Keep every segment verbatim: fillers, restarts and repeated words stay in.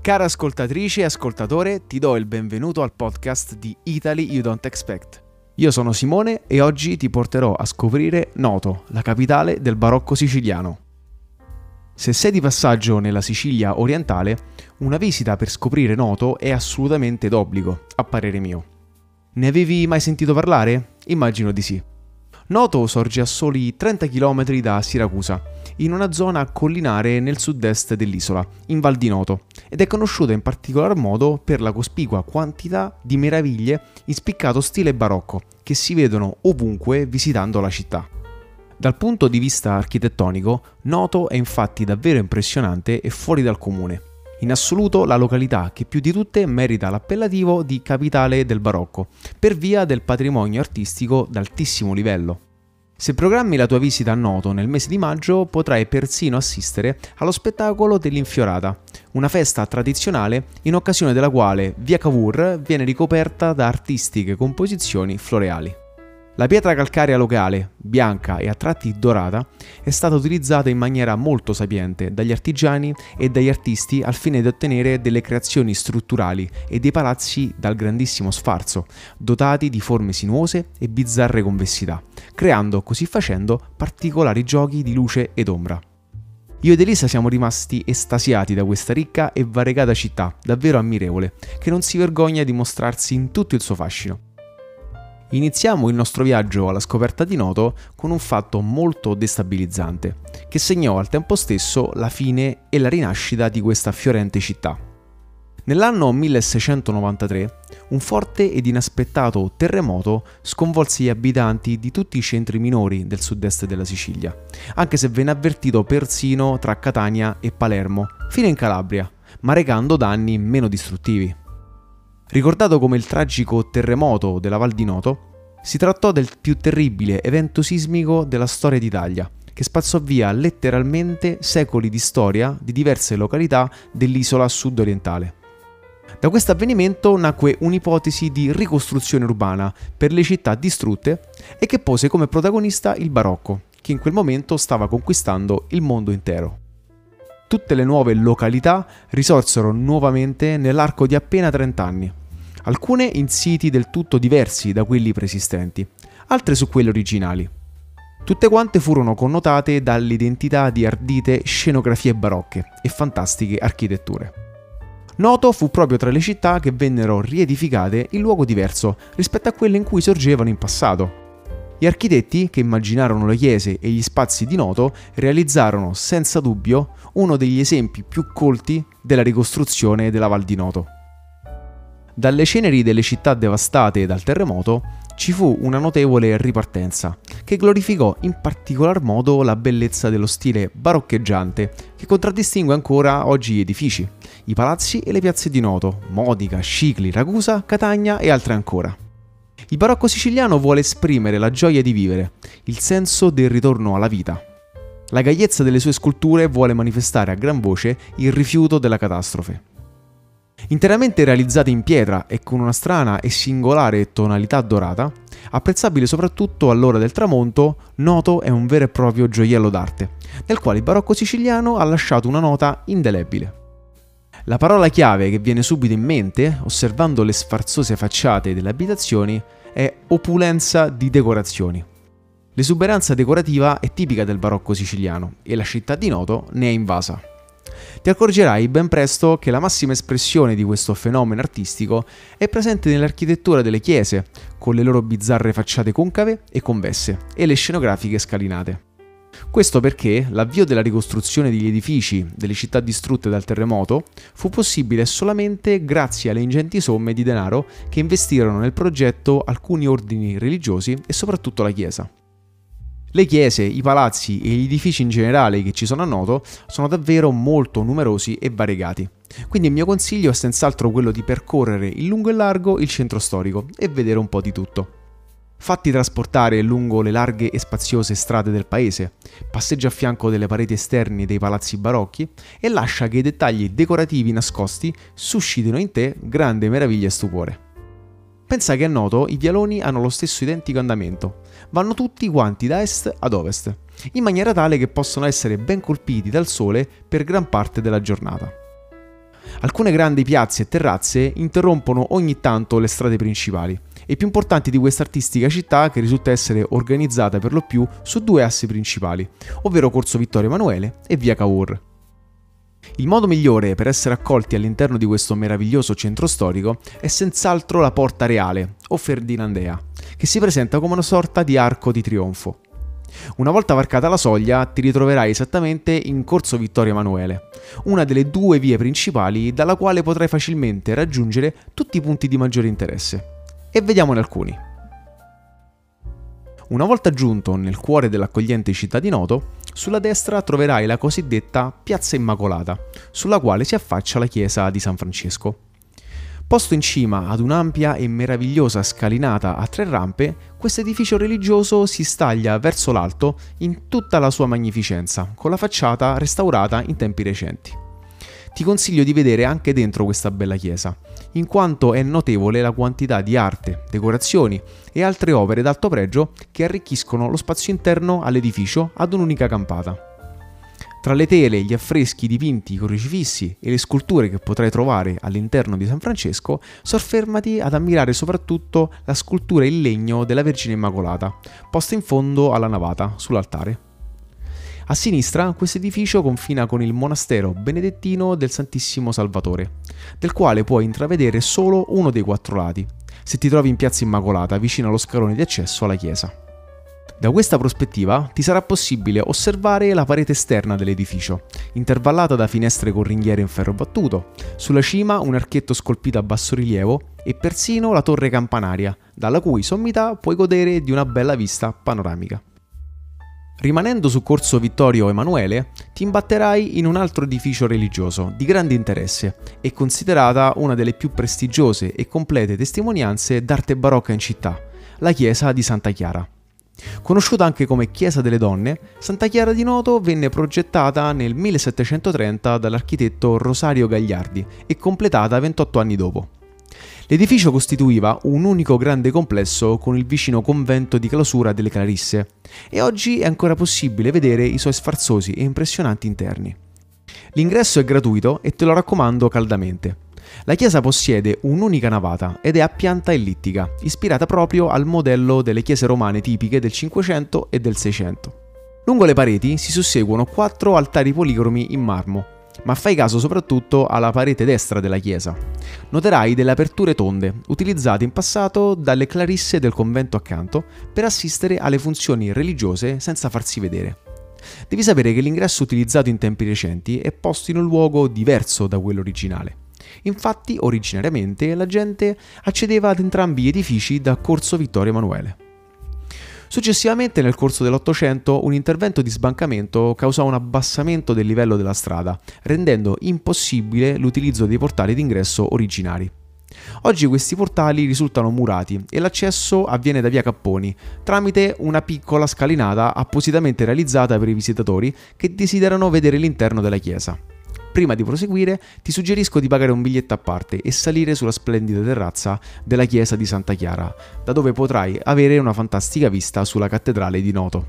Cara ascoltatrice e ascoltatore, ti do il benvenuto al podcast di Italy You Don't Expect. Io sono Simone e oggi ti porterò a scoprire Noto, la capitale del barocco siciliano. Se sei di passaggio nella Sicilia orientale, una visita per scoprire Noto è assolutamente d'obbligo, a parere mio. Ne avevi mai sentito parlare? Immagino di sì. Noto sorge a soli trenta chilometri da Siracusa, in una zona collinare nel sud-est dell'isola, in Val di Noto, ed è conosciuta in particolar modo per la cospicua quantità di meraviglie in spiccato stile barocco, che si vedono ovunque visitando la città. Dal punto di vista architettonico, Noto è infatti davvero impressionante e fuori dal comune. In assoluto la località che più di tutte merita l'appellativo di capitale del barocco, per via del patrimonio artistico d'altissimo livello. Se programmi la tua visita a Noto nel mese di maggio, potrai persino assistere allo spettacolo dell'Infiorata, una festa tradizionale in occasione della quale via Cavour viene ricoperta da artistiche composizioni floreali. La pietra calcarea locale, bianca e a tratti dorata, è stata utilizzata in maniera molto sapiente dagli artigiani e dagli artisti al fine di ottenere delle creazioni strutturali e dei palazzi dal grandissimo sfarzo, dotati di forme sinuose e bizzarre convessità, creando così facendo particolari giochi di luce ed ombra. Io ed Elisa siamo rimasti estasiati da questa ricca e variegata città, davvero ammirevole, che non si vergogna di mostrarsi in tutto il suo fascino. Iniziamo il nostro viaggio alla scoperta di Noto con un fatto molto destabilizzante, che segnò al tempo stesso la fine e la rinascita di questa fiorente città. Nell'anno milleseicentonovantatré, un forte ed inaspettato terremoto sconvolse gli abitanti di tutti i centri minori del sud-est della Sicilia, anche se venne avvertito persino tra Catania e Palermo, fino in Calabria, ma recando danni meno distruttivi. Ricordato come il tragico terremoto della Val di Noto, si trattò del più terribile evento sismico della storia d'Italia, che spazzò via letteralmente secoli di storia di diverse località dell'isola sud-orientale. Da questo avvenimento nacque un'ipotesi di ricostruzione urbana per le città distrutte e che pose come protagonista il barocco, che in quel momento stava conquistando il mondo intero. Tutte le nuove località risorsero nuovamente nell'arco di appena trenta anni, alcune in siti del tutto diversi da quelli preesistenti, altre su quelli originali. Tutte quante furono connotate dall'identità di ardite scenografie barocche e fantastiche architetture. Noto fu proprio tra le città che vennero riedificate in luogo diverso rispetto a quelle in cui sorgevano in passato. Gli architetti che immaginarono le chiese e gli spazi di Noto realizzarono senza dubbio uno degli esempi più colti della ricostruzione della Val di Noto. Dalle ceneri delle città devastate dal terremoto ci fu una notevole ripartenza, che glorificò in particolar modo la bellezza dello stile baroccheggiante che contraddistingue ancora oggi gli edifici, i palazzi e le piazze di Noto, Modica, Scicli, Ragusa, Catania e altre ancora. Il barocco siciliano vuole esprimere la gioia di vivere, il senso del ritorno alla vita. La gaiezza delle sue sculture vuole manifestare a gran voce il rifiuto della catastrofe. Interamente realizzate in pietra e con una strana e singolare tonalità dorata, apprezzabile soprattutto all'ora del tramonto, Noto è un vero e proprio gioiello d'arte, nel quale il barocco siciliano ha lasciato una nota indelebile. La parola chiave che viene subito in mente, osservando le sfarzose facciate delle abitazioni, è opulenza di decorazioni. L'esuberanza decorativa è tipica del barocco siciliano e la città di Noto ne è invasa. Ti accorgerai ben presto che la massima espressione di questo fenomeno artistico è presente nell'architettura delle chiese, con le loro bizzarre facciate concave e convesse, e le scenografiche scalinate. Questo perché l'avvio della ricostruzione degli edifici delle città distrutte dal terremoto fu possibile solamente grazie alle ingenti somme di denaro che investirono nel progetto alcuni ordini religiosi e soprattutto la Chiesa. Le chiese, i palazzi e gli edifici in generale che ci sono a Noto sono davvero molto numerosi e variegati, quindi il mio consiglio è senz'altro quello di percorrere in lungo e largo il centro storico e vedere un po' di tutto. Fatti trasportare lungo le larghe e spaziose strade del paese, passeggia a fianco delle pareti esterne dei palazzi barocchi e lascia che i dettagli decorativi nascosti suscitino in te grande meraviglia e stupore. Pensa che a Noto i vialoni hanno lo stesso identico andamento, vanno tutti quanti da est ad ovest, in maniera tale che possono essere ben colpiti dal sole per gran parte della giornata. Alcune grandi piazze e terrazze interrompono ogni tanto le strade principali, e più importanti di questa artistica città che risulta essere organizzata per lo più su due assi principali, ovvero Corso Vittorio Emanuele e Via Cavour. Il modo migliore per essere accolti all'interno di questo meraviglioso centro storico è senz'altro la Porta Reale, o Ferdinandea, che si presenta come una sorta di arco di trionfo. Una volta varcata la soglia ti ritroverai esattamente in Corso Vittorio Emanuele, una delle due vie principali dalla quale potrai facilmente raggiungere tutti i punti di maggiore interesse. E vediamone alcuni. Una volta giunto nel cuore dell'accogliente città di Noto, sulla destra troverai la cosiddetta Piazza Immacolata, sulla quale si affaccia la chiesa di San Francesco. Posto in cima ad un'ampia e meravigliosa scalinata a tre rampe, questo edificio religioso si staglia verso l'alto in tutta la sua magnificenza, con la facciata restaurata in tempi recenti. Ti consiglio di vedere anche dentro questa bella chiesa, in quanto è notevole la quantità di arte, decorazioni e altre opere d'alto pregio che arricchiscono lo spazio interno all'edificio ad un'unica campata. Tra le tele, gli affreschi, i dipinti, i crocifissi e le sculture che potrai trovare all'interno di San Francesco, soffermati ad ammirare soprattutto la scultura in legno della Vergine Immacolata, posta in fondo alla navata, sull'altare. A sinistra questo edificio confina con il monastero benedettino del Santissimo Salvatore, del quale puoi intravedere solo uno dei quattro lati, se ti trovi in Piazza Immacolata vicino allo scalone di accesso alla chiesa. Da questa prospettiva ti sarà possibile osservare la parete esterna dell'edificio, intervallata da finestre con ringhiere in ferro battuto, sulla cima un archetto scolpito a bassorilievo e persino la torre campanaria, dalla cui sommità puoi godere di una bella vista panoramica. Rimanendo su Corso Vittorio Emanuele, ti imbatterai in un altro edificio religioso di grande interesse e considerata una delle più prestigiose e complete testimonianze d'arte barocca in città, la chiesa di Santa Chiara. Conosciuta anche come Chiesa delle Donne, Santa Chiara di Noto venne progettata nel millesettecentotrenta dall'architetto Rosario Gagliardi e completata ventotto anni dopo. L'edificio costituiva un unico grande complesso con il vicino convento di clausura delle Clarisse e oggi è ancora possibile vedere i suoi sfarzosi e impressionanti interni. L'ingresso è gratuito e te lo raccomando caldamente. La chiesa possiede un'unica navata ed è a pianta ellittica, ispirata proprio al modello delle chiese romane tipiche del Cinquecento e del Seicento. Lungo le pareti si susseguono quattro altari policromi in marmo, ma fai caso soprattutto alla parete destra della chiesa. Noterai delle aperture tonde, utilizzate in passato dalle clarisse del convento accanto per assistere alle funzioni religiose senza farsi vedere. Devi sapere che l'ingresso utilizzato in tempi recenti è posto in un luogo diverso da quello originale. Infatti, originariamente, la gente accedeva ad entrambi gli edifici da Corso Vittorio Emanuele. Successivamente, nel corso dell'Ottocento, un intervento di sbancamento causò un abbassamento del livello della strada, rendendo impossibile l'utilizzo dei portali d'ingresso originari. Oggi questi portali risultano murati e l'accesso avviene da via Capponi, tramite una piccola scalinata appositamente realizzata per i visitatori che desiderano vedere l'interno della chiesa. Prima di proseguire, ti suggerisco di pagare un biglietto a parte e salire sulla splendida terrazza della chiesa di Santa Chiara, da dove potrai avere una fantastica vista sulla cattedrale di Noto.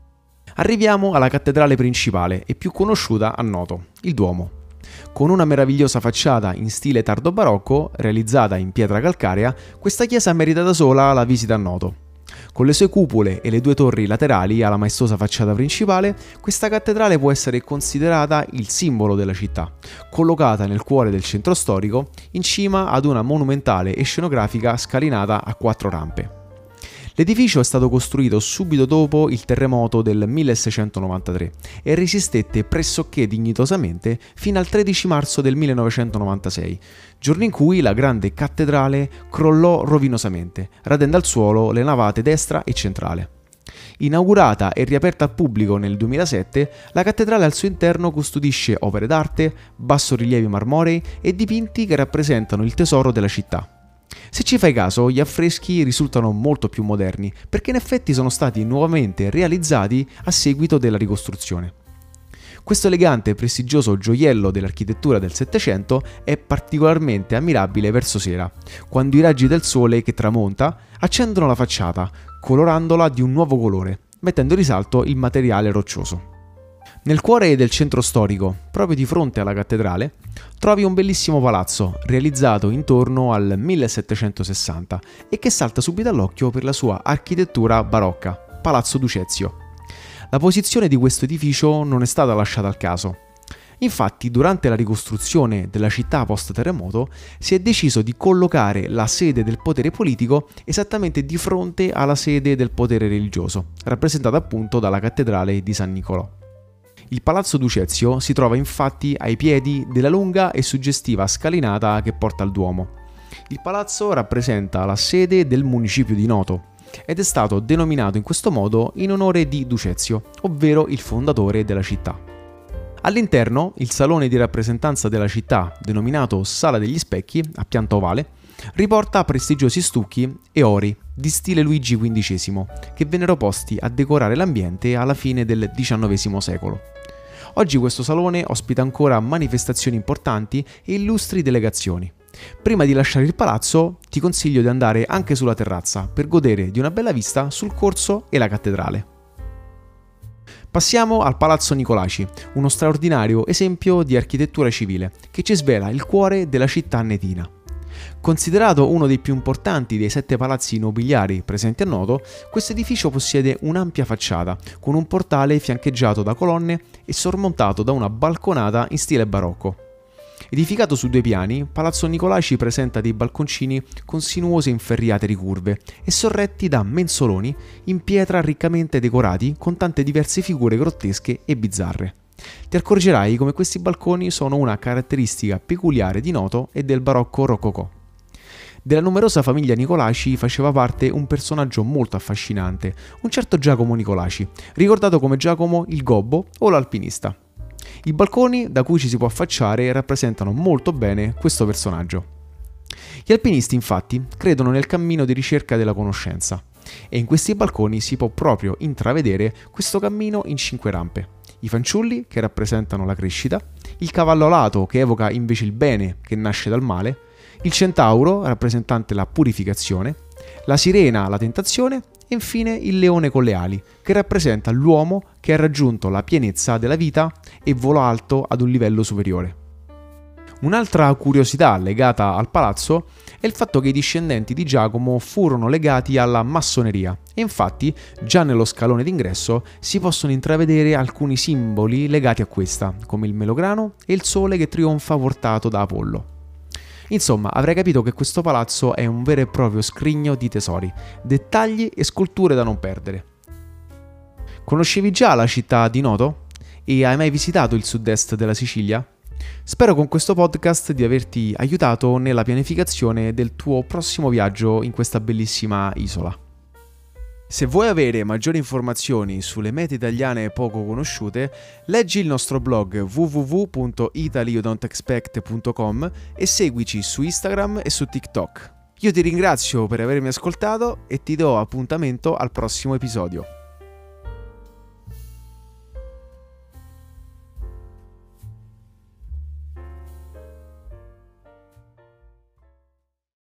Arriviamo alla cattedrale principale e più conosciuta a Noto, il Duomo. Con una meravigliosa facciata in stile tardo barocco, realizzata in pietra calcarea, questa chiesa merita da sola la visita a Noto. Con le sue cupole e le due torri laterali alla maestosa facciata principale, questa cattedrale può essere considerata il simbolo della città, collocata nel cuore del centro storico, in cima ad una monumentale e scenografica scalinata a quattro rampe. L'edificio è stato costruito subito dopo il terremoto del milleseicentonovantatré e resistette pressoché dignitosamente fino al tredici marzo del millenovecentonovantasei, giorno in cui la grande cattedrale crollò rovinosamente, radendo al suolo le navate destra e centrale. Inaugurata e riaperta al pubblico nel duemilasette, la cattedrale al suo interno custodisce opere d'arte, bassorilievi marmorei e dipinti che rappresentano il tesoro della città. Se ci fai caso, gli affreschi risultano molto più moderni, perché in effetti sono stati nuovamente realizzati a seguito della ricostruzione. Questo elegante e prestigioso gioiello dell'architettura del Settecento è particolarmente ammirabile verso sera, quando i raggi del sole che tramonta accendono la facciata, colorandola di un nuovo colore, mettendo in risalto il materiale roccioso. Nel cuore del centro storico, proprio di fronte alla cattedrale, trovi un bellissimo palazzo realizzato intorno al millesettecentosessanta e che salta subito all'occhio per la sua architettura barocca, Palazzo Ducezio. La posizione di questo edificio non è stata lasciata al caso. Infatti, durante la ricostruzione della città post-terremoto, si è deciso di collocare la sede del potere politico esattamente di fronte alla sede del potere religioso, rappresentata appunto dalla cattedrale di San Nicolò. Il Palazzo Ducezio si trova infatti ai piedi della lunga e suggestiva scalinata che porta al Duomo. Il palazzo rappresenta la sede del municipio di Noto ed è stato denominato in questo modo in onore di Ducezio, ovvero il fondatore della città. All'interno, il salone di rappresentanza della città, denominato Sala degli Specchi, a pianta ovale, riporta prestigiosi stucchi e ori di stile Luigi quindicesimo, che vennero posti a decorare l'ambiente alla fine del diciannovesimo secolo. Oggi questo salone ospita ancora manifestazioni importanti e illustri delegazioni. Prima di lasciare il palazzo, ti consiglio di andare anche sulla terrazza per godere di una bella vista sul corso e la cattedrale. Passiamo al Palazzo Nicolaci, uno straordinario esempio di architettura civile che ci svela il cuore della città annetina. Considerato uno dei più importanti dei sette palazzi nobiliari presenti a Noto, questo edificio possiede un'ampia facciata con un portale fiancheggiato da colonne e sormontato da una balconata in stile barocco. Edificato su due piani, Palazzo Nicolaci presenta dei balconcini con sinuose inferriate ricurve e sorretti da mensoloni in pietra riccamente decorati con tante diverse figure grottesche e bizzarre. Ti accorgerai come questi balconi sono una caratteristica peculiare di Noto e del barocco rococò. Della numerosa famiglia Nicolaci faceva parte un personaggio molto affascinante, un certo Giacomo Nicolaci, ricordato come Giacomo il Gobbo o l'alpinista. I balconi da cui ci si può affacciare rappresentano molto bene questo personaggio. Gli alpinisti, infatti, credono nel cammino di ricerca della conoscenza e in questi balconi si può proprio intravedere questo cammino in cinque rampe. I fanciulli, che rappresentano la crescita, il cavallo alato, che evoca invece il bene che nasce dal male, il centauro, rappresentante la purificazione, la sirena, la tentazione, e infine il leone con le ali, che rappresenta l'uomo che ha raggiunto la pienezza della vita e vola alto ad un livello superiore. Un'altra curiosità legata al palazzo è il fatto che i discendenti di Giacomo furono legati alla massoneria e infatti già nello scalone d'ingresso si possono intravedere alcuni simboli legati a questa, come il melograno e il sole che trionfa portato da Apollo. Insomma, avrai capito che questo palazzo è un vero e proprio scrigno di tesori, dettagli e sculture da non perdere. Conoscevi già la città di Noto? E hai mai visitato il sud-est della Sicilia? Spero con questo podcast di averti aiutato nella pianificazione del tuo prossimo viaggio in questa bellissima isola. Se vuoi avere maggiori informazioni sulle mete italiane poco conosciute, leggi il nostro blog w w w punto italy you don't expect punto com e seguici su Instagram e su TikTok. Io ti ringrazio per avermi ascoltato e ti do appuntamento al prossimo episodio.